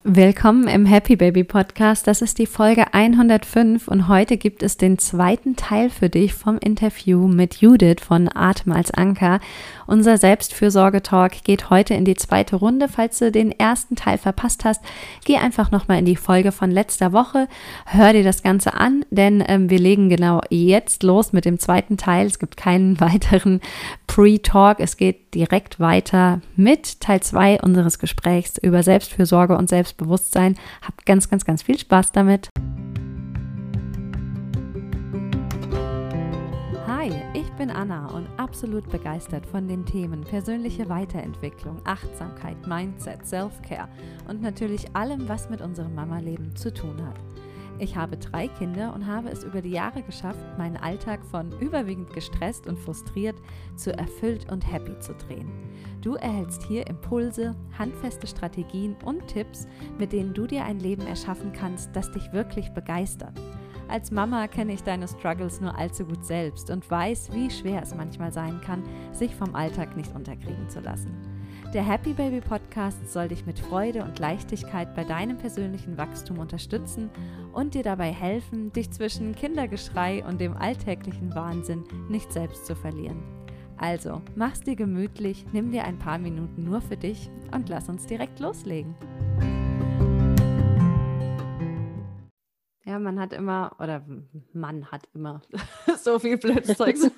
Willkommen im Happy Baby Podcast. Das ist die Folge 105 und heute gibt es den zweiten Teil für dich vom Interview mit Judith von Atem als Anker. Unser Selbstfürsorge-Talk geht heute in die zweite Runde. Falls du den ersten Teil verpasst hast, geh einfach nochmal in die Folge von letzter Woche, hör dir das Ganze an, denn wir legen genau jetzt los mit dem zweiten Teil. Es gibt keinen weiteren Pre-Talk, es geht direkt weiter mit Teil 2 unseres Gesprächs über Selbstfürsorge und Selbstbewusstsein. Habt ganz, ganz, ganz viel Spaß damit. Hi, ich bin Anna und absolut begeistert von den Themen persönliche Weiterentwicklung, Achtsamkeit, Mindset, Self-Care und natürlich allem, was mit unserem Mama-Leben zu tun hat. Ich habe 3 Kinder und habe es über die Jahre geschafft, meinen Alltag von überwiegend gestresst und frustriert zu erfüllt und happy zu drehen. Du erhältst hier Impulse, handfeste Strategien und Tipps, mit denen du dir ein Leben erschaffen kannst, das dich wirklich begeistert. Als Mama kenne ich deine Struggles nur allzu gut selbst und weiß, wie schwer es manchmal sein kann, sich vom Alltag nicht unterkriegen zu lassen. Der Happy Baby Podcast soll dich mit Freude und Leichtigkeit bei deinem persönlichen Wachstum unterstützen und dir dabei helfen, dich zwischen Kindergeschrei und dem alltäglichen Wahnsinn nicht selbst zu verlieren. Also, mach's dir gemütlich, nimm dir ein paar Minuten nur für dich und lass uns direkt loslegen. Ja, man hat immer so viel Blödsinn.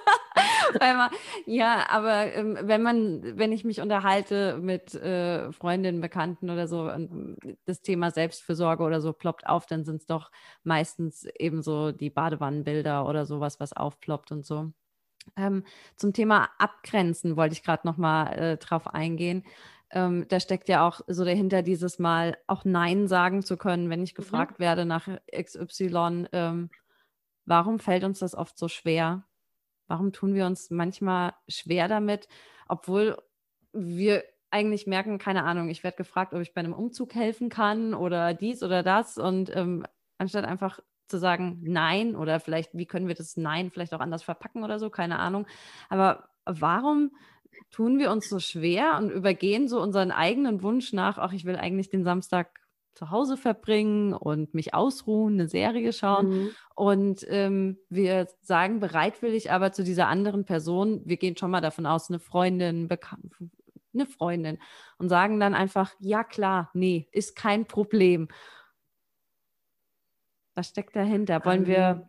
Wenn ich mich unterhalte mit Freundinnen, Bekannten oder so, und das Thema Selbstfürsorge oder so ploppt auf, dann sind es doch meistens eben so die Badewannenbilder oder sowas, was aufploppt und so. Zum Thema Abgrenzen wollte ich gerade nochmal drauf eingehen. Da steckt ja auch so dahinter, dieses Mal auch Nein sagen zu können, wenn ich gefragt werde nach XY. Warum fällt uns das oft so schwer? Warum tun wir uns manchmal schwer damit, obwohl wir eigentlich merken, keine Ahnung, ich werde gefragt, ob ich bei einem Umzug helfen kann oder dies oder das und anstatt einfach zu sagen Nein oder vielleicht, wie können wir das Nein vielleicht auch anders verpacken oder so, keine Ahnung. Aber warum tun wir uns so schwer und übergehen so unseren eigenen Wunsch nach, ach, ich will eigentlich den Samstag zu Hause verbringen und mich ausruhen, eine Serie schauen. Und wir sagen bereitwillig aber zu dieser anderen Person, wir gehen schon mal davon aus, eine Freundin, eine Freundin und sagen dann einfach, ja klar, nee, ist kein Problem. Was steckt dahinter? Wollen wir...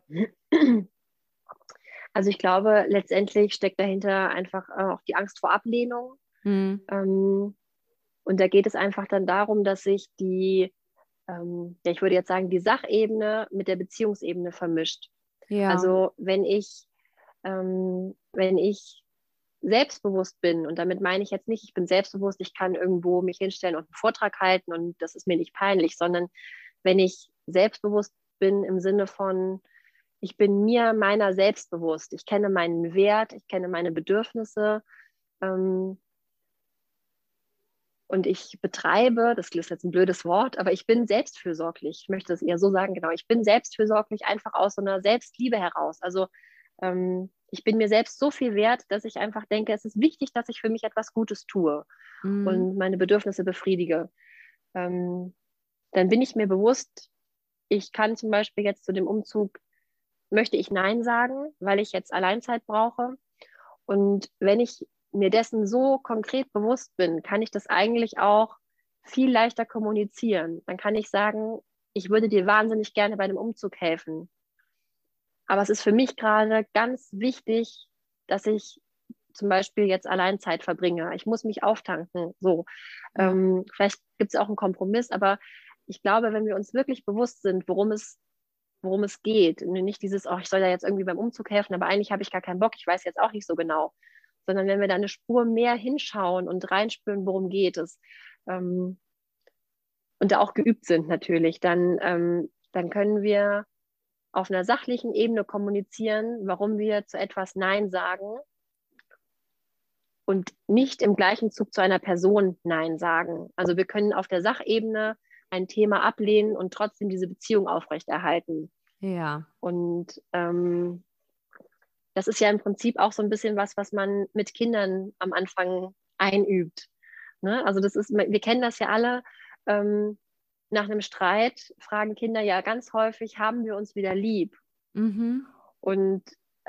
Also ich glaube, letztendlich steckt dahinter einfach auch die Angst vor Ablehnung. Und da geht es einfach dann darum, dass sich ich würde jetzt sagen, die Sachebene mit der Beziehungsebene vermischt. Ja. Also wenn ich selbstbewusst bin, und damit meine ich jetzt nicht, ich bin selbstbewusst, ich kann irgendwo mich hinstellen und einen Vortrag halten und das ist mir nicht peinlich, sondern wenn ich selbstbewusst bin im Sinne von, ich bin mir meiner selbst bewusst, ich kenne meinen Wert, ich kenne meine Bedürfnisse und ich betreibe, das ist jetzt ein blödes Wort, aber ich bin selbstfürsorglich. Ich möchte es eher so sagen, genau. Ich bin selbstfürsorglich einfach aus so einer Selbstliebe heraus. Also ich bin mir selbst so viel wert, dass ich einfach denke, es ist wichtig, dass ich für mich etwas Gutes tue und meine Bedürfnisse befriedige. Dann bin ich mir bewusst, ich kann zum Beispiel jetzt zu dem Umzug, möchte ich Nein sagen, weil ich jetzt Alleinzeit brauche. Und wenn ich mir dessen so konkret bewusst bin, kann ich das eigentlich auch viel leichter kommunizieren. Dann kann ich sagen, ich würde dir wahnsinnig gerne bei dem Umzug helfen. Aber es ist für mich gerade ganz wichtig, dass ich zum Beispiel jetzt Alleinzeit verbringe. Ich muss mich auftanken. So. Ja. Vielleicht gibt es auch einen Kompromiss, aber ich glaube, wenn wir uns wirklich bewusst sind, worum es geht, und nicht dieses, oh, ich soll da jetzt irgendwie beim Umzug helfen, aber eigentlich habe ich gar keinen Bock, ich weiß jetzt auch nicht so genau, sondern wenn wir da eine Spur mehr hinschauen und reinspüren, worum geht es, und da auch geübt sind natürlich, dann können wir auf einer sachlichen Ebene kommunizieren, warum wir zu etwas Nein sagen und nicht im gleichen Zug zu einer Person Nein sagen. Also wir können auf der Sachebene ein Thema ablehnen und trotzdem diese Beziehung aufrechterhalten. Ja. Und das ist ja im Prinzip auch so ein bisschen was man mit Kindern am Anfang einübt. Ne? Also wir kennen das ja alle. nach einem Streit fragen Kinder ja ganz häufig, haben wir uns wieder lieb? Mhm. Und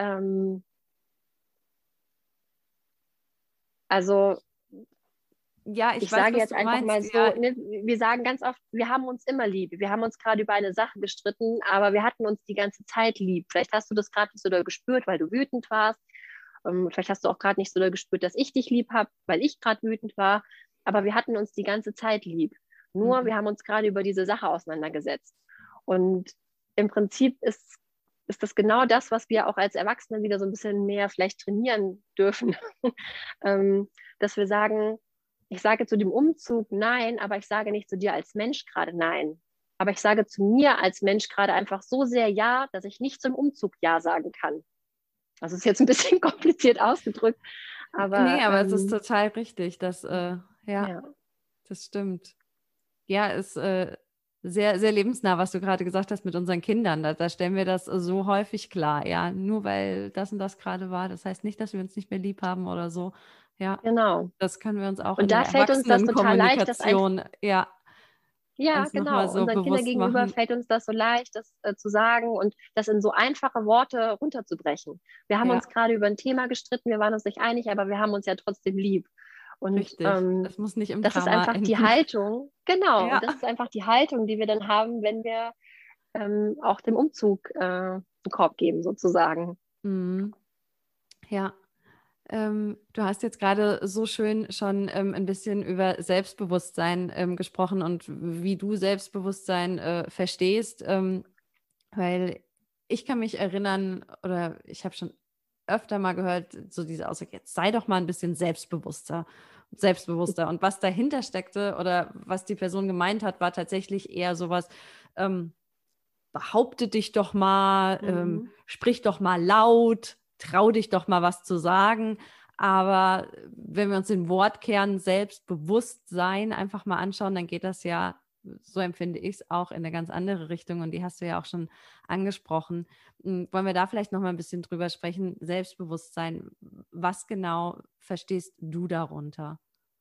also Ja, ich ich weiß, sage was jetzt du einfach meinst. mal so, Ja. ne, wir sagen ganz oft, wir haben uns immer lieb. Wir haben uns gerade über eine Sache gestritten, aber wir hatten uns die ganze Zeit lieb. Vielleicht hast du das gerade nicht so doll gespürt, weil du wütend warst. Vielleicht hast du auch gerade nicht so doll gespürt, dass ich dich lieb habe, weil ich gerade wütend war. Aber wir hatten uns die ganze Zeit lieb. Nur Mhm. wir haben uns gerade über diese Sache auseinandergesetzt. Und im Prinzip ist das genau das, was wir auch als Erwachsene wieder so ein bisschen mehr vielleicht trainieren dürfen. Dass wir sagen, ich sage zu dem Umzug nein, aber ich sage nicht zu dir als Mensch gerade nein. Aber ich sage zu mir als Mensch gerade einfach so sehr ja, dass ich nicht zum Umzug ja sagen kann. Das ist jetzt ein bisschen kompliziert ausgedrückt, Nee, aber aber es ist total richtig. Ja, ja, das stimmt. Ja, ist sehr, sehr lebensnah, was du gerade gesagt hast mit unseren Kindern. Da stellen wir das so häufig klar. Ja, nur weil das und das gerade war, das heißt nicht, dass wir uns nicht mehr lieb haben oder so. Ja, genau. das können wir uns auch in Und der da fällt uns das total leicht, das einfach, Erwachsenenkommunikation, ja, ja, uns nochmal genau. so Unseren Kindern bewusst gegenüber machen. fällt uns das so leicht, das zu sagen und das in so einfache Worte runterzubrechen. Wir haben Ja, uns gerade über ein Thema gestritten, wir waren uns nicht einig, aber wir haben uns ja trotzdem lieb. Und richtig. Es muss nicht im das ist Drama einfach die enden. Haltung, genau, Ja. und das ist einfach die Haltung, die wir dann haben, wenn wir auch dem Umzug einen Korb geben, sozusagen. Mhm. Ja. Du hast jetzt gerade so schön schon ein bisschen über Selbstbewusstsein gesprochen und wie du Selbstbewusstsein verstehst, weil ich kann mich erinnern oder ich habe schon öfter mal gehört, so diese Aussage, jetzt sei doch mal ein bisschen selbstbewusster. Und was dahinter steckte oder was die Person gemeint hat, war tatsächlich eher sowas, ähm, behaupte dich doch mal, Mhm. sprich doch mal laut, trau dich doch mal was zu sagen. Aber wenn wir uns den Wortkern Selbstbewusstsein einfach mal anschauen, dann geht das ja, so empfinde ich es, auch in eine ganz andere Richtung. Und die hast du ja auch schon angesprochen. Wollen wir da vielleicht noch mal ein bisschen drüber sprechen? Selbstbewusstsein, was genau verstehst du darunter?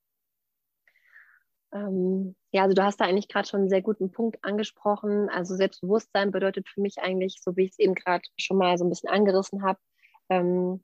Ja, also du hast da eigentlich gerade schon einen sehr guten Punkt angesprochen. Also Selbstbewusstsein bedeutet für mich eigentlich, so wie ich es eben gerade schon mal so ein bisschen angerissen habe, ähm,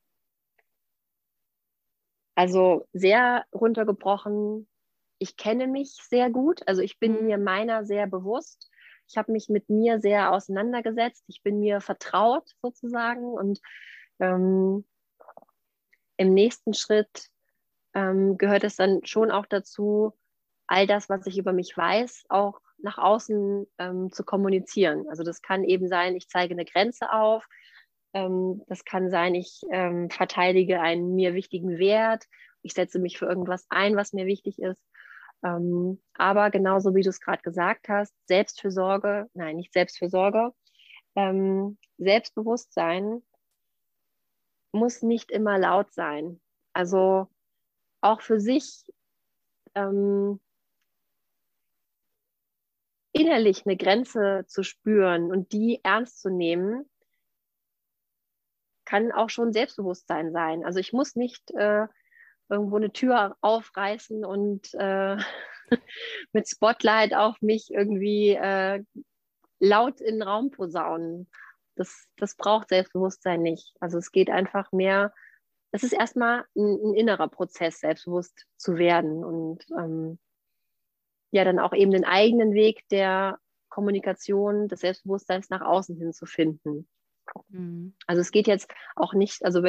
also sehr runtergebrochen, ich kenne mich sehr gut, also ich bin mir Mhm. meiner sehr bewusst. Ich habe mich mit mir sehr auseinandergesetzt. Ich bin mir vertraut sozusagen und ähm, im nächsten Schritt gehört es dann schon auch dazu, all das, was ich über mich weiß, auch nach außen zu kommunizieren. Also das kann eben sein, ich zeige eine Grenze auf. Das kann sein, ich verteidige einen mir wichtigen Wert. Ich setze mich für irgendwas ein, was mir wichtig ist. Aber genauso wie du es gerade gesagt hast, Selbstfürsorge, nein, nicht Selbstfürsorge, Selbstbewusstsein muss nicht immer laut sein. Also auch für sich ähm, innerlich eine Grenze zu spüren und die ernst zu nehmen, kann auch schon Selbstbewusstsein sein. Also ich muss nicht irgendwo eine Tür aufreißen und mit Spotlight auf mich irgendwie laut in den Raum posaunen. Das braucht Selbstbewusstsein nicht. Also es geht einfach mehr, es ist erstmal ein innerer Prozess, selbstbewusst zu werden und ja dann auch eben den eigenen Weg der Kommunikation, des Selbstbewusstseins nach außen hin zu finden. Mhm. Also es geht jetzt auch nicht, also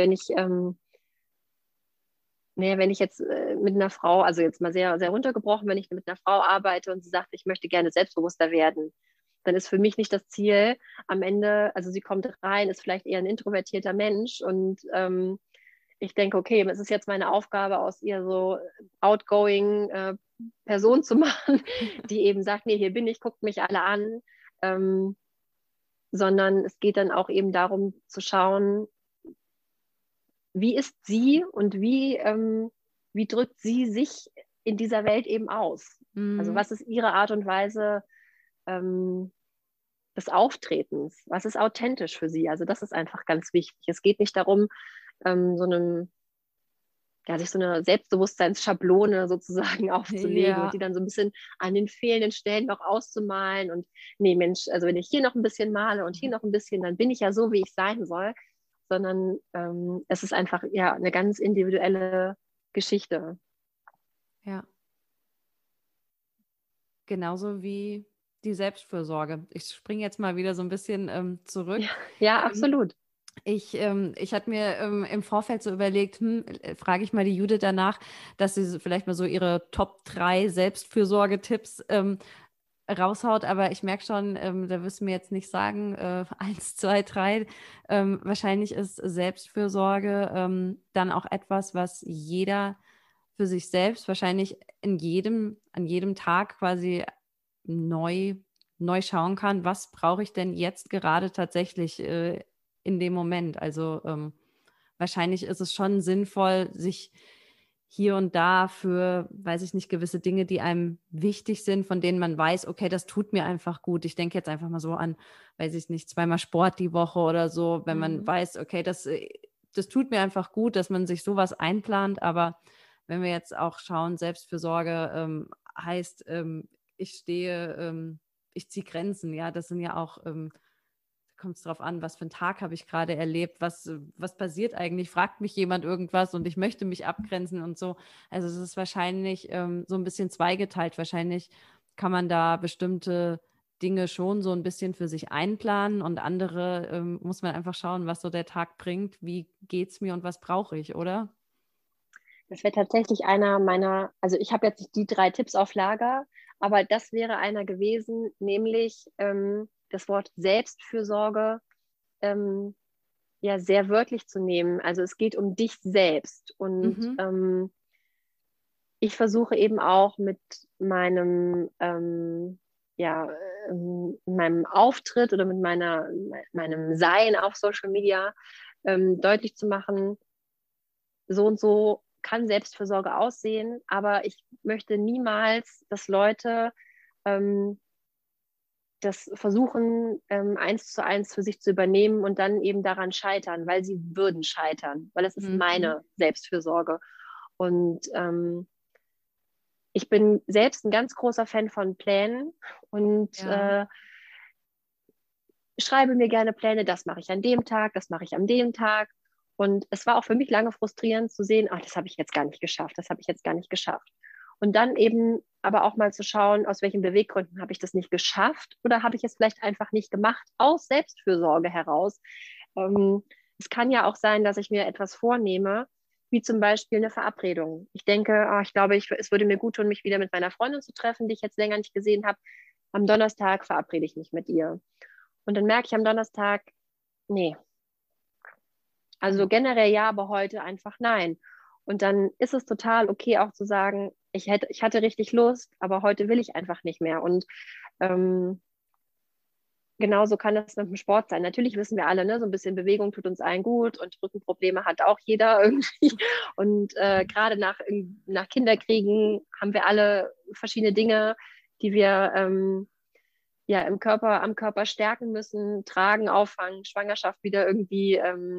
wenn ich jetzt mit einer Frau, also jetzt mal sehr, sehr runtergebrochen, wenn ich mit einer Frau arbeite und sie sagt, ich möchte gerne selbstbewusster werden, dann ist für mich nicht das Ziel am Ende, also sie kommt rein, ist vielleicht eher ein introvertierter Mensch und ich denke, okay, es ist jetzt meine Aufgabe, aus ihr so outgoing Person zu machen, die eben sagt, nee, hier bin ich, guckt mich alle an, ähm, sondern es geht dann auch eben darum zu schauen, wie ist sie und wie drückt sie sich in dieser Welt eben aus? Also Mhm. was ist ihre Art und Weise ähm, des Auftretens? Was ist authentisch für sie? Also das ist einfach ganz wichtig. Es geht nicht darum, so einem ja, sich so eine Selbstbewusstseinsschablone sozusagen aufzulegen und Ja, die dann so ein bisschen an den fehlenden Stellen noch auszumalen. Und nee, Mensch, also wenn ich hier noch ein bisschen male und hier noch ein bisschen, dann bin ich ja so, wie ich sein soll. Sondern es ist einfach ja eine ganz individuelle Geschichte. ja. Genauso wie die Selbstfürsorge. Ich springe jetzt mal wieder so ein bisschen zurück. Ja, ja, Ähm, absolut. ich hatte mir im Vorfeld so überlegt, frage ich mal die Judith danach, dass sie so vielleicht mal so ihre Top 3 Selbstfürsorgetipps raushaut, aber ich merke schon, da wirst du mir jetzt nicht sagen, 1, 2, 3. Wahrscheinlich ist Selbstfürsorge dann auch etwas, was jeder für sich selbst wahrscheinlich an jedem Tag quasi neu, neu schauen kann, was brauche ich denn jetzt gerade tatsächlich in dem Moment. Also wahrscheinlich ist es schon sinnvoll, sich hier und da für, weiß ich nicht, gewisse Dinge, die einem wichtig sind, von denen man weiß, okay, das tut mir einfach gut. Ich denke jetzt einfach mal so an, weiß ich nicht, zweimal Sport die Woche oder so, wenn man Mhm. weiß, okay, das tut mir einfach gut, dass man sich sowas einplant. Aber wenn wir jetzt auch schauen, Selbstfürsorge heißt, ich stehe, ich ziehe Grenzen, ja, das sind ja auch kommt es darauf an, was für einen Tag habe ich gerade erlebt, was passiert eigentlich, fragt mich jemand irgendwas und ich möchte mich abgrenzen und so. Also es ist wahrscheinlich so ein bisschen zweigeteilt. Wahrscheinlich kann man da bestimmte Dinge schon so ein bisschen für sich einplanen und andere muss man einfach schauen, was so der Tag bringt, wie geht es mir und was brauche ich, oder? Das wäre tatsächlich einer meiner, also ich habe jetzt nicht die 3 Tipps auf Lager, aber das wäre einer gewesen, nämlich das Wort Selbstfürsorge ähm, ja sehr wörtlich zu nehmen. Also es geht um dich selbst. Und Mhm. ich versuche eben auch mit meinem, ja, meinem Auftritt oder mit meinem Sein auf Social Media deutlich zu machen, so und so kann Selbstfürsorge aussehen, aber ich möchte niemals, dass Leute ähm, das versuchen, 1:1 für sich zu übernehmen und dann eben daran scheitern, weil sie würden scheitern, weil es ist Mhm. meine Selbstfürsorge. Und ich bin selbst ein ganz großer Fan von Plänen und Ja. schreibe mir gerne Pläne, das mache ich an dem Tag, das mache ich an dem Tag. Und es war auch für mich lange frustrierend zu sehen, ach, das habe ich jetzt gar nicht geschafft, das habe ich jetzt gar nicht geschafft. Und dann eben aber auch mal zu schauen, aus welchen Beweggründen habe ich das nicht geschafft oder habe ich es vielleicht einfach nicht gemacht, aus Selbstfürsorge heraus. Ähm, Es kann ja auch sein, dass ich mir etwas vornehme, wie zum Beispiel eine Verabredung. Ich denke, ich glaube, es würde mir gut tun, mich wieder mit meiner Freundin zu treffen, die ich jetzt länger nicht gesehen habe. Am Donnerstag verabrede ich mich mit ihr. Und dann merke ich am Donnerstag, nee, also Ja. generell ja, aber heute einfach nein. Und dann ist es total okay auch zu sagen, ich hatte richtig Lust, aber heute will ich einfach nicht mehr. Und ähm, genauso kann das mit dem Sport sein. Natürlich wissen wir alle, ne, so ein bisschen Bewegung tut uns allen gut und Rückenprobleme hat auch jeder irgendwie. Und gerade nach Kinderkriegen haben wir alle verschiedene Dinge, die wir ja am Körper stärken müssen, tragen, auffangen, Schwangerschaft wieder irgendwie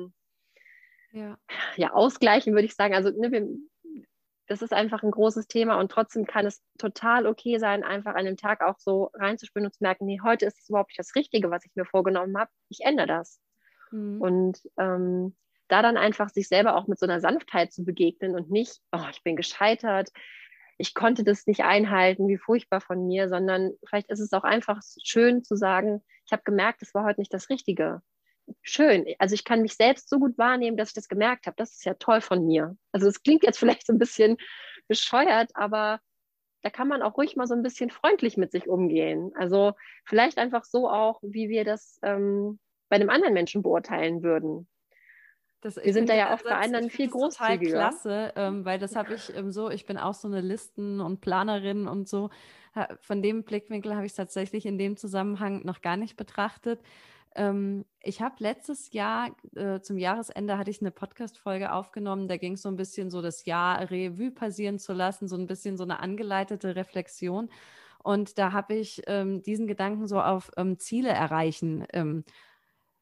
Ja. ja, ausgleichen, würde ich sagen. Also das ist einfach ein großes Thema und trotzdem kann es total okay sein, einfach an dem Tag auch so reinzuspüren und zu merken, nee, heute ist es überhaupt nicht das Richtige, was ich mir vorgenommen habe. Ich ändere das. Mhm. Und da dann einfach sich selber auch mit so einer Sanftheit zu begegnen und nicht, oh, ich bin gescheitert, ich konnte das nicht einhalten, wie furchtbar von mir, sondern vielleicht ist es auch einfach schön zu sagen, ich habe gemerkt, es war heute nicht das Richtige. Schön. Also ich kann mich selbst so gut wahrnehmen, dass ich das gemerkt habe. Das ist ja toll von mir. Also es klingt jetzt vielleicht so ein bisschen bescheuert, aber da kann man auch ruhig mal so ein bisschen freundlich mit sich umgehen. Also vielleicht einfach so auch, wie wir das bei einem anderen Menschen beurteilen würden. Wir Ich sind da finde den ja oft bei Ansatz, ich anderen finde viel das total großzügiger. klasse, weil das habe ich so, ich bin auch so eine Listen- und Planerin und so. Von dem Blickwinkel habe ich es tatsächlich in dem Zusammenhang noch gar nicht betrachtet. Ich habe letztes Jahr, zum Jahresende hatte ich eine Podcast-Folge aufgenommen, da ging es so ein bisschen so das Jahr Revue passieren zu lassen, so ein bisschen so eine angeleitete Reflexion. Und da habe ich diesen Gedanken so auf Ziele erreichen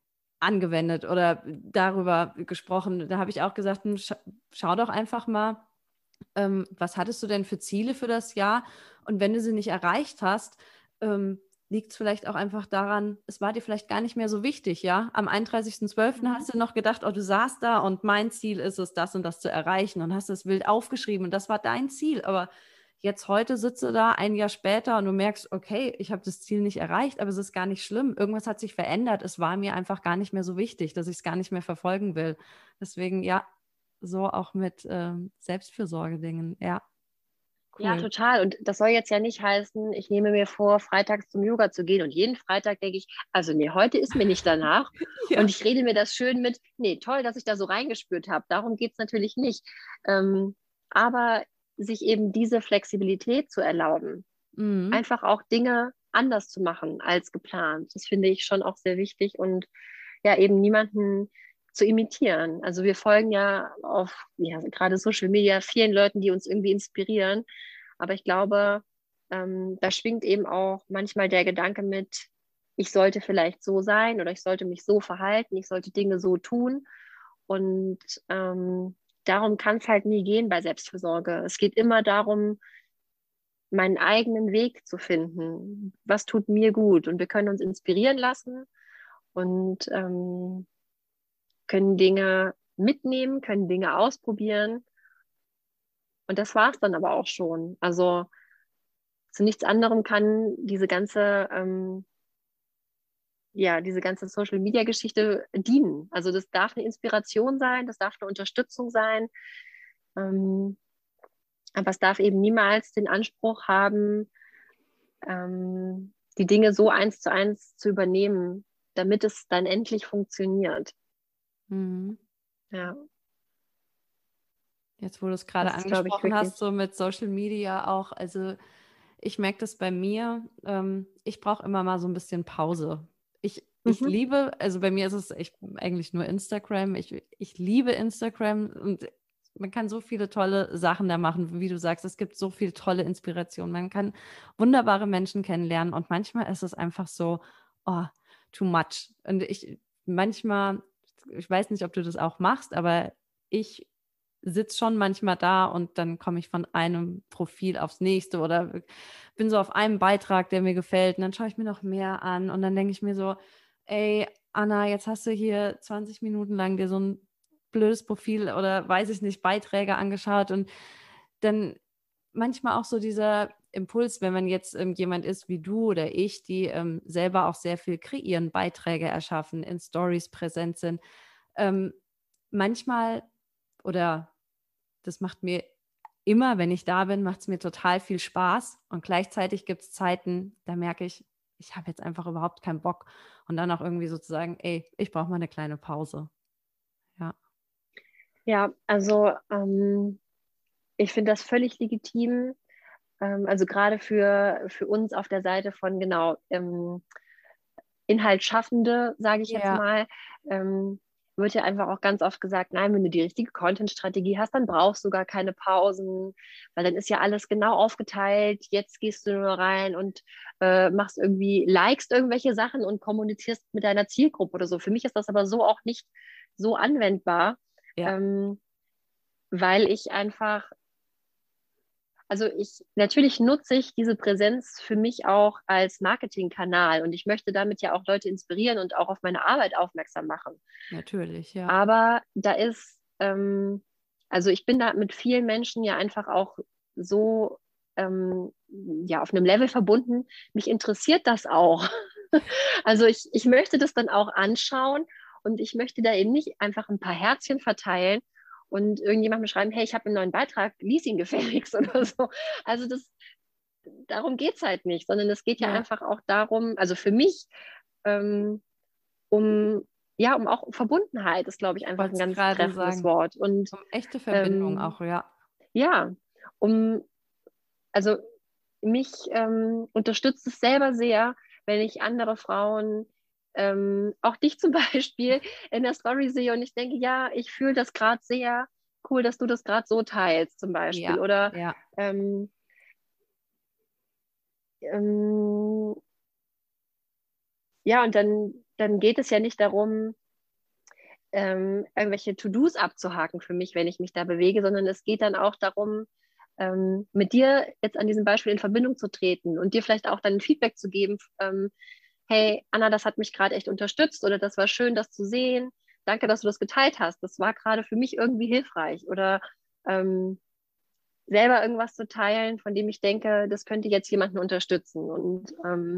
angewendet oder darüber gesprochen. Da habe ich auch gesagt, schau doch einfach mal, was hattest du denn für Ziele für das Jahr? Und wenn du sie nicht erreicht hast, liegt es vielleicht auch einfach daran, es war dir vielleicht gar nicht mehr so wichtig, ja? Am 31.12. hast du noch gedacht, oh, du saßt da und mein Ziel ist es, das und das zu erreichen und hast es wild aufgeschrieben und das war dein Ziel. Aber jetzt heute sitze da ein Jahr später und du merkst, okay, ich habe das Ziel nicht erreicht, aber es ist gar nicht schlimm. Irgendwas hat sich verändert. Es war mir einfach gar nicht mehr so wichtig, dass ich es gar nicht mehr verfolgen will. Deswegen, ja, so auch mit Selbstfürsorge-Dingen. Ja, Ja, cool. total. Und das soll jetzt ja nicht heißen, ich nehme mir vor, freitags zum Yoga zu gehen und jeden Freitag denke ich, also nee, heute ist mir nicht danach. Und Ja. ich rede mir das schön mit, nee, toll, dass ich da so reingespürt habe. Darum geht es natürlich nicht. Ähm, aber sich eben diese Flexibilität zu erlauben, Mhm. einfach auch Dinge anders zu machen als geplant, das finde ich schon auch sehr wichtig und ja, eben niemanden zu imitieren. Also wir folgen ja auf ja, gerade Social Media vielen Leuten, die uns irgendwie inspirieren. Aber ich glaube, da schwingt eben auch manchmal der Gedanke mit, ich sollte vielleicht so sein oder ich sollte mich so verhalten, ich sollte Dinge so tun. Und darum kann es halt nie gehen bei Selbstfürsorge. Es geht immer darum, meinen eigenen Weg zu finden. Was tut mir gut? Und wir können uns inspirieren lassen und können Dinge mitnehmen, können Dinge ausprobieren. Und das war es dann aber auch schon. Also zu nichts anderem kann diese ganze Social Media Geschichte dienen. Also das darf eine Inspiration sein, das darf eine Unterstützung sein. Ähm, aber es darf eben niemals den Anspruch haben, die Dinge so eins zu eins zu übernehmen, damit es dann endlich funktioniert. Mhm. Ja, Jetzt, wo du es gerade das ist, glaube ich, angesprochen wirklich. hast, so mit Social Media auch, also ich merke das bei mir, ich brauche immer mal so ein bisschen Pause. Ich Mhm. liebe, also bei mir ist es eigentlich nur Instagram. Ich liebe Instagram und man kann so viele tolle Sachen da machen, wie du sagst, es gibt so viel tolle Inspiration. Man kann wunderbare Menschen kennenlernen und manchmal ist es einfach so, oh, too much. Und manchmal, ich weiß nicht, ob du das auch machst, aber ich sitze schon manchmal da und dann komme ich von einem Profil aufs nächste oder bin so auf einem Beitrag, der mir gefällt und dann schaue ich mir noch mehr an und dann denke ich mir so, ey, Anna, jetzt hast du hier 20 Minuten lang dir so ein blödes Profil oder weiß ich nicht, Beiträge angeschaut und dann manchmal auch so dieser Impuls, wenn man jetzt jemand ist wie du oder ich, die selber auch sehr viel kreieren, Beiträge erschaffen, in Stories präsent sind, ähm, manchmal oder das macht mir immer, wenn ich da bin, macht es mir total viel Spaß. Und gleichzeitig gibt es Zeiten, da merke ich, ich habe jetzt einfach überhaupt keinen Bock. Und dann auch irgendwie sozusagen, ey, ich brauche mal eine kleine Pause. Ja. Ja, also ich finde das völlig legitim. Also gerade für uns auf der Seite von genau Inhaltsschaffende, sage ich jetzt Ja, mal, wird ja einfach auch ganz oft gesagt, nein, wenn du die richtige Content-Strategie hast, dann brauchst du gar keine Pausen, weil dann ist ja alles genau aufgeteilt. Jetzt gehst du nur rein und machst irgendwie, likest irgendwelche Sachen und kommunizierst mit deiner Zielgruppe oder so. Für mich ist das aber so auch nicht so anwendbar, ja, ähm, weil ich einfach natürlich nutze ich diese Präsenz für mich auch als Marketingkanal und ich möchte damit ja auch Leute inspirieren und auch auf meine Arbeit aufmerksam machen. natürlich, ja. Aber also ich bin da mit vielen Menschen ja einfach auch so, ja, auf einem Level verbunden. Mich interessiert das auch. Also ich möchte das dann auch anschauen und ich möchte da eben nicht einfach ein paar Herzchen verteilen und irgendjemandem schreiben, hey, ich habe einen neuen Beitrag, lies ihn gefälligst oder so. Also darum geht es halt nicht, sondern es geht ja Ja, einfach auch darum, also für mich, ähm, um, ja, um auch Verbundenheit ist, glaube ich, ich einfach wollte ein es ganz gerade treffendes sagen. Wort. Und Um echte Verbindung ähm, auch, ja. ja, um, also mich unterstützt es selber sehr, wenn ich andere Frauen, auch dich zum Beispiel, in der Story sehe und ich denke, ja, ich fühle das gerade sehr cool, dass du das gerade so teilst, zum Beispiel. Ja, Oder ja. ähm, ähm, ja, und dann geht es ja nicht darum, irgendwelche To-Dos abzuhaken für mich, wenn ich mich da bewege, sondern es geht dann auch darum, mit dir jetzt an diesem Beispiel in Verbindung zu treten und dir vielleicht auch dann ein Feedback zu geben, hey, Anna, das hat mich gerade echt unterstützt oder das war schön, das zu sehen. Danke, dass du das geteilt hast. Das war gerade für mich irgendwie hilfreich. Oder selber irgendwas zu teilen, von dem ich denke, das könnte jetzt jemanden unterstützen. Und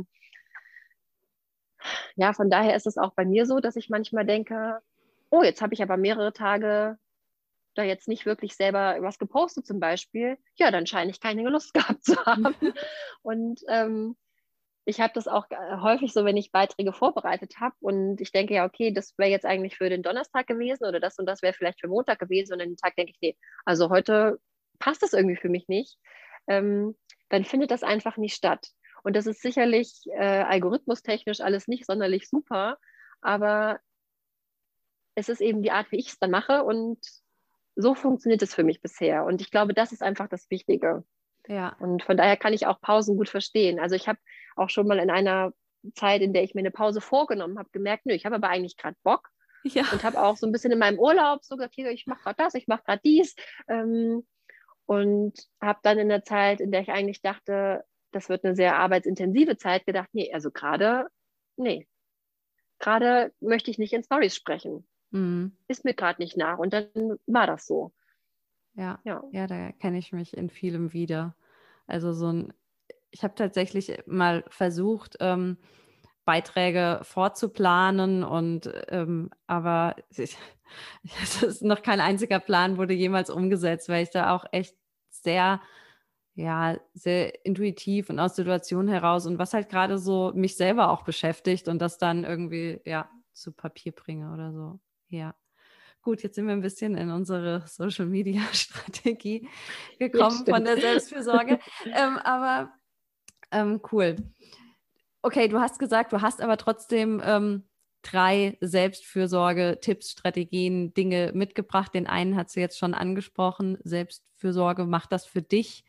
ja, von daher ist es auch bei mir so, dass ich manchmal denke, oh, jetzt habe ich aber mehrere Tage da jetzt nicht wirklich selber was gepostet zum Beispiel. Ja, dann scheine ich keine Lust gehabt zu haben. Und ich habe das auch häufig so, wenn ich Beiträge vorbereitet habe und ich denke, ja, okay, das wäre jetzt eigentlich für den Donnerstag gewesen oder das und das wäre vielleicht für Montag gewesen und an den Tag denke ich, nee, also heute passt das irgendwie für mich nicht, dann findet das einfach nicht statt. Und das ist sicherlich algorithmustechnisch alles nicht sonderlich super, aber es ist eben die Art, wie ich es dann mache und so funktioniert es für mich bisher. Und ich glaube, das ist einfach das Wichtige. Ja. Und von daher kann ich auch Pausen gut verstehen. Also ich habe auch schon mal in einer Zeit, in der ich mir eine Pause vorgenommen habe, gemerkt, nö, ich habe aber eigentlich gerade Bock Ja. und habe auch so ein bisschen in meinem Urlaub so gesagt, hier, ich mache gerade das, ich mache gerade dies. Und habe dann in der Zeit, in der ich eigentlich dachte, das wird eine sehr arbeitsintensive Zeit, gedacht, nee, also nee, gerade möchte ich nicht in Stories sprechen. Mhm. Ist mir gerade nicht nach. Und dann war das so. Ja, Ja. ja, da kenne ich mich in vielem wieder. Also ich habe tatsächlich mal versucht, Beiträge vorzuplanen aber es ist noch kein einziger Plan wurde jemals umgesetzt, weil ich da auch echt sehr, ja, sehr intuitiv und aus Situationen heraus und was halt gerade so mich selber auch beschäftigt und das dann irgendwie, ja, zu Papier bringe oder so. Ja. Gut, jetzt sind wir ein bisschen in unsere Social-Media-Strategie Ja, gekommen von stimmt. der Selbstfürsorge. Aber cool. Okay, du hast gesagt, du hast aber trotzdem 3 Selbstfürsorge-Tipps, Strategien, Dinge mitgebracht. Den einen hat sie jetzt schon angesprochen. Selbstfürsorge, mach das für dich.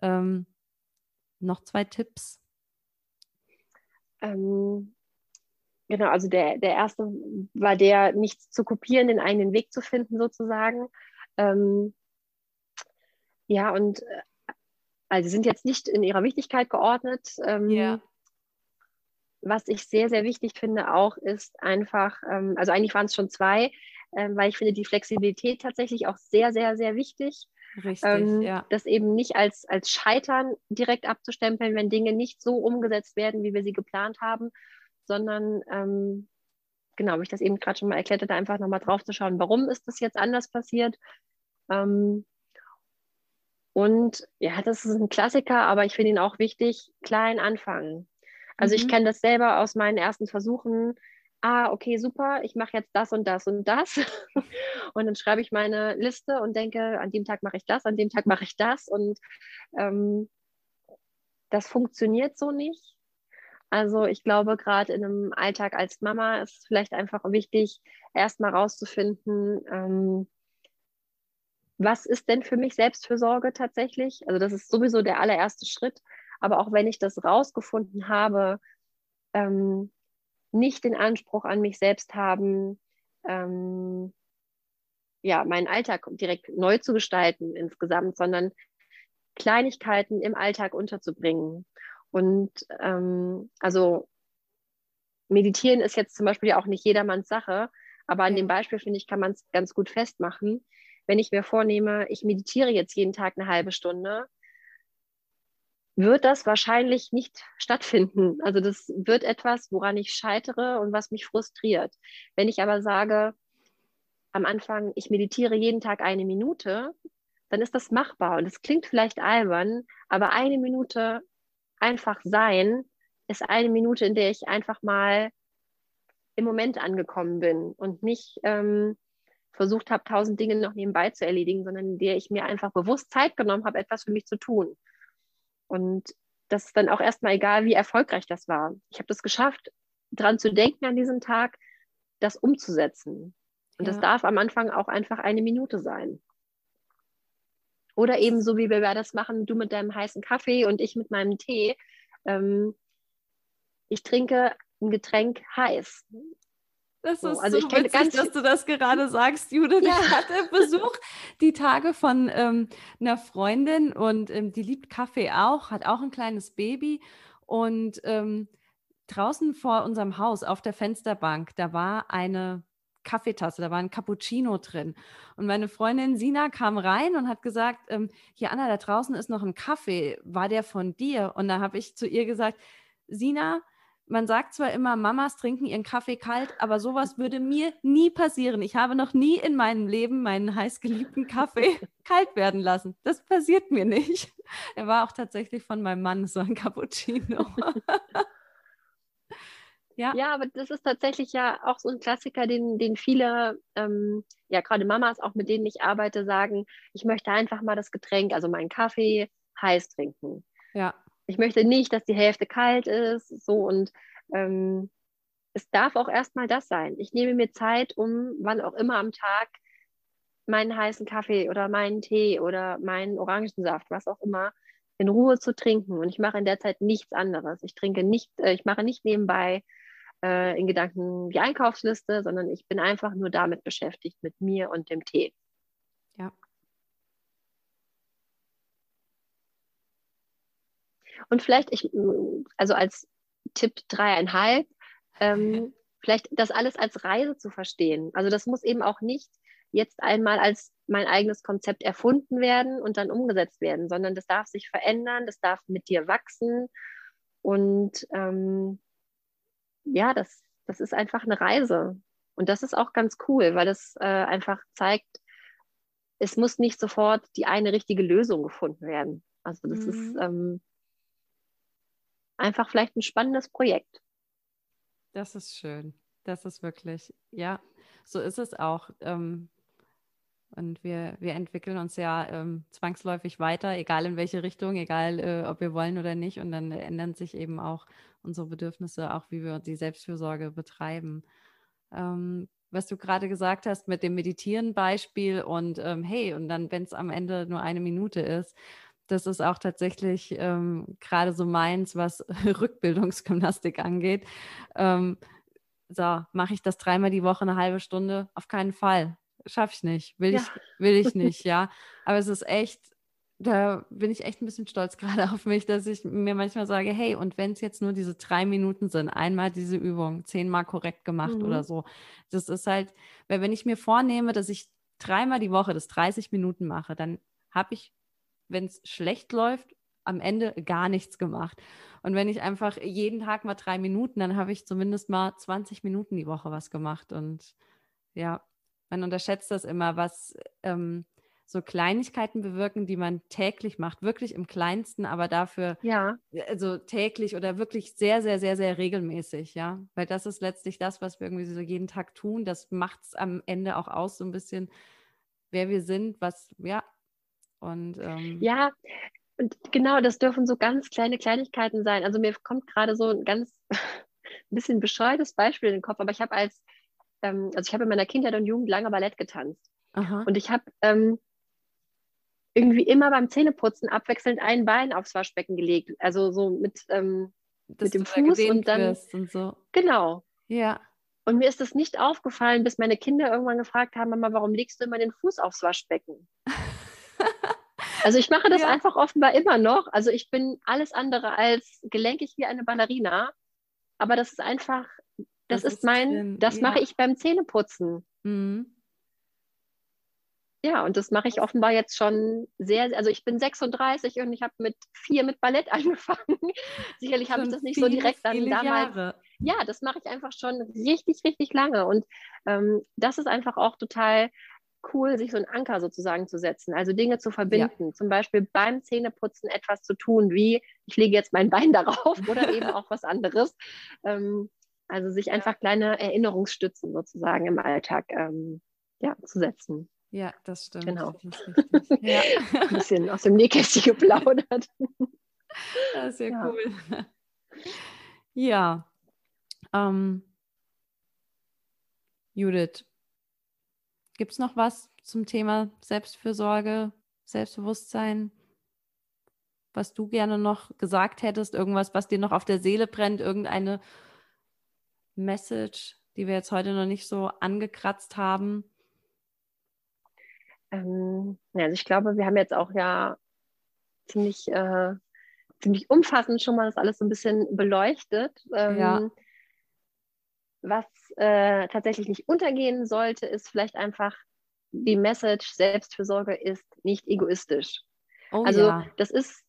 Noch 2 Tipps? Ähm, genau, also der erste war der, nichts zu kopieren, den eigenen Weg zu finden, sozusagen. Ähm, ja, und also sind jetzt nicht in ihrer Wichtigkeit geordnet. Ja, Was ich sehr, sehr wichtig finde auch, ist einfach, also eigentlich waren es schon 2, weil ich finde die Flexibilität tatsächlich auch sehr, sehr, sehr wichtig. richtig, ja. Das eben nicht als Scheitern direkt abzustempeln, wenn Dinge nicht so umgesetzt werden, wie wir sie geplant haben, sondern genau, wie ich das eben gerade schon mal erklärt hatte, einfach nochmal drauf zu schauen, warum ist das jetzt anders passiert. Ähm, und ja, das ist ein Klassiker, aber ich finde ihn auch wichtig, klein anfangen. Also ich Mhm. kenne das selber aus meinen ersten Versuchen. Ah, okay, super, ich mache jetzt das und das und das. Und dann schreibe ich meine Liste und denke, an dem Tag mache ich das, an dem Tag mache ich das. Und ähm, das funktioniert so nicht. Also ich glaube, gerade in einem Alltag als Mama ist es vielleicht einfach wichtig, erstmal rauszufinden, was ist denn für mich Selbstfürsorge tatsächlich? Also das ist sowieso der allererste Schritt. Aber auch wenn ich das rausgefunden habe, ähm, nicht den Anspruch an mich selbst haben, ähm, ja, meinen Alltag direkt neu zu gestalten insgesamt, sondern Kleinigkeiten im Alltag unterzubringen. Und also meditieren ist jetzt zum Beispiel ja auch nicht jedermanns Sache, aber an dem Ja. Beispiel, finde ich, kann man es ganz gut festmachen. Wenn ich mir vornehme, ich meditiere jetzt jeden Tag eine halbe Stunde, wird das wahrscheinlich nicht stattfinden. Also das wird etwas, woran ich scheitere und was mich frustriert. Wenn ich aber sage, am Anfang, ich meditiere jeden Tag 1 Minute, dann ist das machbar. Und es klingt vielleicht albern, aber 1 Minute einfach sein ist 1 Minute, in der ich einfach mal im Moment angekommen bin und nicht versucht habe, 1000 Dinge noch nebenbei zu erledigen, sondern in der ich mir einfach bewusst Zeit genommen habe, etwas für mich zu tun. Und das ist dann auch erstmal egal, wie erfolgreich das war. Ich habe das geschafft, dran zu denken an diesem Tag, das umzusetzen. Und das Ja. darf am Anfang auch einfach 1 Minute sein. Oder eben so, wie wir das machen, du mit deinem heißen Kaffee und ich mit meinem Tee. Ähm, Ich trinke ein Getränk heiß. Das So, ist also so ich kenne witzig, ganz dass du das gerade sagst, Judith. ja, Ich hatte Besuch die Tage von einer Freundin und die liebt Kaffee auch, hat auch ein kleines Baby und draußen vor unserem Haus auf der Fensterbank, da war eine Kaffeetasse, da war ein Cappuccino drin. Und meine Freundin Sina kam rein und hat gesagt, hier Anna, da draußen ist noch ein Kaffee, war der von dir? Und da habe ich zu ihr gesagt, Sina, man sagt zwar immer, Mamas trinken ihren Kaffee kalt, aber sowas würde mir nie passieren. Ich habe noch nie in meinem Leben meinen heißgeliebten Kaffee kalt werden lassen. Das passiert mir nicht. Er war auch tatsächlich von meinem Mann, so ein Cappuccino. Ja, ja, aber das ist tatsächlich ja auch so ein Klassiker, den viele, ja, gerade Mamas, auch mit denen ich arbeite, sagen, ich möchte einfach mal das Getränk, also meinen Kaffee heiß trinken. ja. Ich möchte nicht, dass die Hälfte kalt ist, so und ähm, es darf auch erstmal das sein. Ich nehme mir Zeit, um wann auch immer am Tag meinen heißen Kaffee oder meinen Tee oder meinen Orangensaft, was auch immer, in Ruhe zu trinken. Und ich mache in der Zeit nichts anderes. Ich trinke nicht, ich mache nicht nebenbei in Gedanken die Einkaufsliste, sondern ich bin einfach nur damit beschäftigt, mit mir und dem Tee. Ja. Und vielleicht, also als Tipp 3,5, vielleicht das alles als Reise zu verstehen. Also das muss eben auch nicht jetzt einmal als mein eigenes Konzept erfunden werden und dann umgesetzt werden, sondern das darf sich verändern, das darf mit dir wachsen. Und ja, das ist einfach eine Reise. Und das ist auch ganz cool, weil das einfach zeigt, es muss nicht sofort die eine richtige Lösung gefunden werden. Also das ist Mhm. einfach vielleicht ein spannendes Projekt. Das ist schön. Das ist wirklich, ja, so ist es auch. Und wir entwickeln uns ja zwangsläufig weiter, egal in welche Richtung, egal ob wir wollen oder nicht. Und dann ändern sich eben auch unsere Bedürfnisse, auch wie wir die Selbstfürsorge betreiben. Was du gerade gesagt hast mit dem Meditieren-Beispiel und hey, und dann, wenn es am Ende nur eine Minute ist, das ist auch tatsächlich gerade so meins, was Rückbildungsgymnastik angeht. Ähm, so, mache ich das dreimal die Woche eine halbe Stunde? Auf keinen Fall. Schaffe ich nicht. Ja, Will ich nicht, ja. Aber es ist echt, da bin ich echt ein bisschen stolz gerade auf mich, dass ich mir manchmal sage, hey, und wenn es jetzt nur diese 3 Minuten sind, einmal diese Übung, 10-mal korrekt gemacht oder mhm. so. Das ist halt, weil wenn ich mir vornehme, dass ich dreimal die Woche das 30 Minuten mache, dann habe ich, wenn es schlecht läuft, am Ende gar nichts gemacht. Und wenn ich einfach jeden Tag mal 3 Minuten, dann habe ich zumindest mal 20 Minuten die Woche was gemacht. Und ja, man unterschätzt das immer, was so Kleinigkeiten bewirken, die man täglich macht, wirklich im Kleinsten, aber dafür, Ja, also täglich oder wirklich sehr, sehr, sehr, sehr regelmäßig, ja. Weil das ist letztlich das, was wir irgendwie so jeden Tag tun. Das macht es am Ende auch aus, so ein bisschen, wer wir sind, was, ja. Und ja, und genau, das dürfen so ganz kleine Kleinigkeiten sein. Also mir kommt gerade so ein ganz ein bisschen bescheuertes Beispiel in den Kopf, aber ich habe also ich habe in meiner Kindheit und Jugend lange Ballett getanzt. aha, Und ich habe irgendwie immer beim Zähneputzen abwechselnd ein Bein aufs Waschbecken gelegt. Also so mit dass du dem da Fuß und gedehnt dann, wirst und so. genau. Ja. Und mir ist das nicht aufgefallen, bis meine Kinder irgendwann gefragt haben, Mama, warum legst du immer den Fuß aufs Waschbecken? Also ich mache das Ja, einfach offenbar immer noch. Also ich bin alles andere als gelenkig wie eine Ballerina, aber das ist einfach, das das ist ist drin. das mache Ja. ich beim Zähneputzen. Mhm. Ja, und das mache ich Das, offenbar jetzt schon also ich bin 36 und ich habe mit 4 mit Ballett angefangen. Sicherlich habe ich schon das nicht so viele, direkt dann viele damals. Jahre. Ja, das mache ich einfach schon richtig, richtig lange. Und das ist einfach auch total cool, sich so einen Anker sozusagen zu setzen, also Dinge zu Ja. verbinden. Zum Beispiel beim Zähneputzen etwas zu tun, wie ich lege jetzt mein Bein darauf oder eben auch was anderes. Ähm, also sich Ja. einfach kleine Erinnerungsstützen sozusagen im Alltag ja, zu setzen. Ja, das stimmt. Genau. Das ist richtig. Ja, Ein bisschen aus dem Nähkästchen geplaudert. das ist ja Ja. cool. Ja, ähm, Judith, gibt es noch was zum Thema Selbstfürsorge, Selbstbewusstsein, was du gerne noch gesagt hättest? Irgendwas, was dir noch auf der Seele brennt? Irgendeine Message, die wir jetzt heute noch nicht so angekratzt haben? Also ich glaube, wir haben jetzt auch ja ziemlich umfassend schon mal das alles so ein bisschen beleuchtet. Ja. Was tatsächlich nicht untergehen sollte, ist vielleicht einfach die Message, Selbstfürsorge ist nicht egoistisch. Oh Also ja. das ist,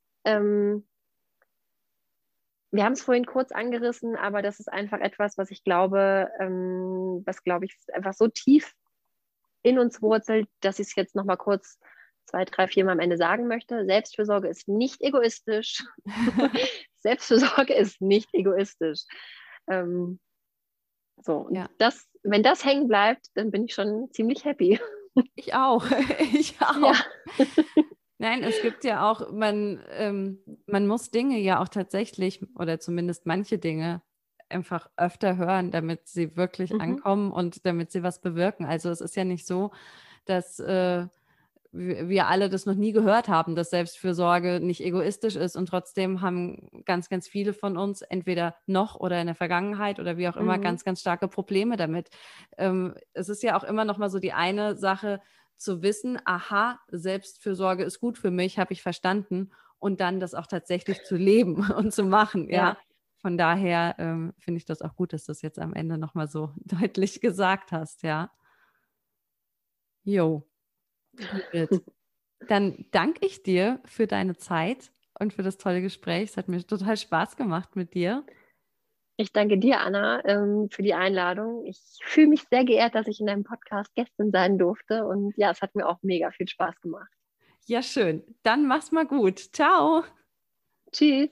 wir haben es vorhin kurz angerissen, aber das ist einfach etwas, was ich glaube, einfach so tief in uns wurzelt, dass ich es jetzt nochmal kurz 2, 3, 4 Mal am Ende sagen möchte. Selbstfürsorge ist nicht egoistisch. Selbstfürsorge ist nicht egoistisch. Und wenn das hängen bleibt, dann bin ich schon ziemlich happy. Ich auch. Ich auch. Ja. Nein, es gibt ja auch, man muss Dinge ja auch tatsächlich, oder zumindest manche Dinge, einfach öfter hören, damit sie wirklich ankommen und damit sie was bewirken. Also es ist ja nicht so, dass wir alle das noch nie gehört haben, dass Selbstfürsorge nicht egoistisch ist, und trotzdem haben ganz, ganz viele von uns entweder noch oder in der Vergangenheit oder wie auch immer ganz, ganz starke Probleme damit. Es ist ja auch immer noch mal so die eine Sache zu wissen, aha, Selbstfürsorge ist gut für mich, habe ich verstanden, und dann das auch tatsächlich zu leben und zu machen, ja. Von daher finde ich das auch gut, dass du das jetzt am Ende noch mal so deutlich gesagt hast, ja. Jo. Dann danke ich dir für deine Zeit und für das tolle Gespräch. Es hat mir total Spaß gemacht mit dir. Ich danke dir, Anna, für die Einladung. Ich fühle mich sehr geehrt, dass ich in deinem Podcast Gästin sein durfte. Und ja, es hat mir auch mega viel Spaß gemacht. Ja, schön. Dann mach's mal gut. Ciao. Tschüss.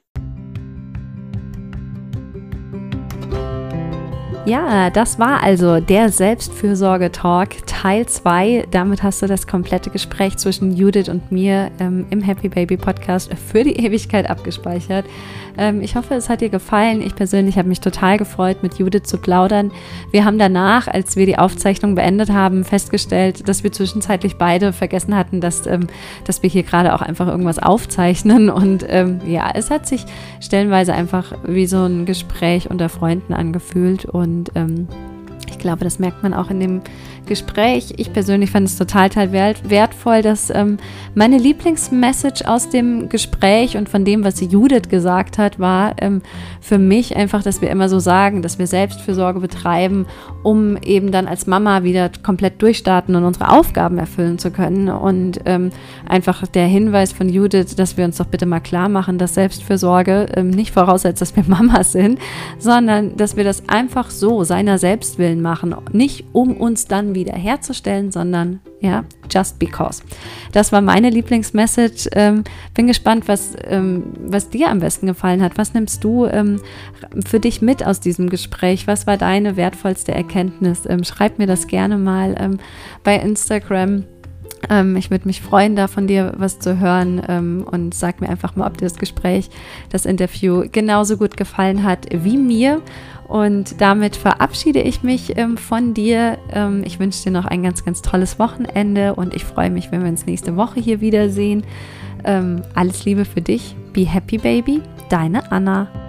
Ja, das war also der Selbstfürsorge-Talk Teil 2. Damit hast du das komplette Gespräch zwischen Judith und mir im Happy Baby Podcast für die Ewigkeit abgespeichert. Ich hoffe, es hat dir gefallen. Ich persönlich habe mich total gefreut, mit Judith zu plaudern. Wir haben danach, als wir die Aufzeichnung beendet haben, festgestellt, dass wir zwischenzeitlich beide vergessen hatten, dass wir hier gerade auch einfach irgendwas aufzeichnen. Und es hat sich stellenweise einfach wie so ein Gespräch unter Freunden angefühlt. Und ich glaube, das merkt man auch in dem Gespräch. Ich persönlich fand es total wertvoll, dass meine Lieblingsmessage aus dem Gespräch und von dem, was Judith gesagt hat, war für mich einfach, dass wir immer so sagen, dass wir Selbstfürsorge betreiben, um eben dann als Mama wieder komplett durchstarten und unsere Aufgaben erfüllen zu können. Und einfach der Hinweis von Judith, dass wir uns doch bitte mal klar machen, dass Selbstfürsorge nicht voraussetzt, dass wir Mamas sind, sondern dass wir das einfach so seiner selbst willen machen. Nicht um uns dann wieder herzustellen, sondern just because. Das war meine Lieblingsmessage. Bin gespannt, was dir am besten gefallen hat. Was nimmst du für dich mit aus diesem Gespräch? Was war deine wertvollste Erkenntnis? Schreib mir das gerne mal bei Instagram. Ich würde mich freuen, da von dir was zu hören, und sag mir einfach mal, ob dir das Gespräch, das Interview genauso gut gefallen hat wie mir. Und damit verabschiede ich mich von dir. Ich wünsche dir noch ein ganz, ganz tolles Wochenende und ich freue mich, wenn wir uns nächste Woche hier wiedersehen. Alles Liebe für dich. Be happy, baby. Deine Anna.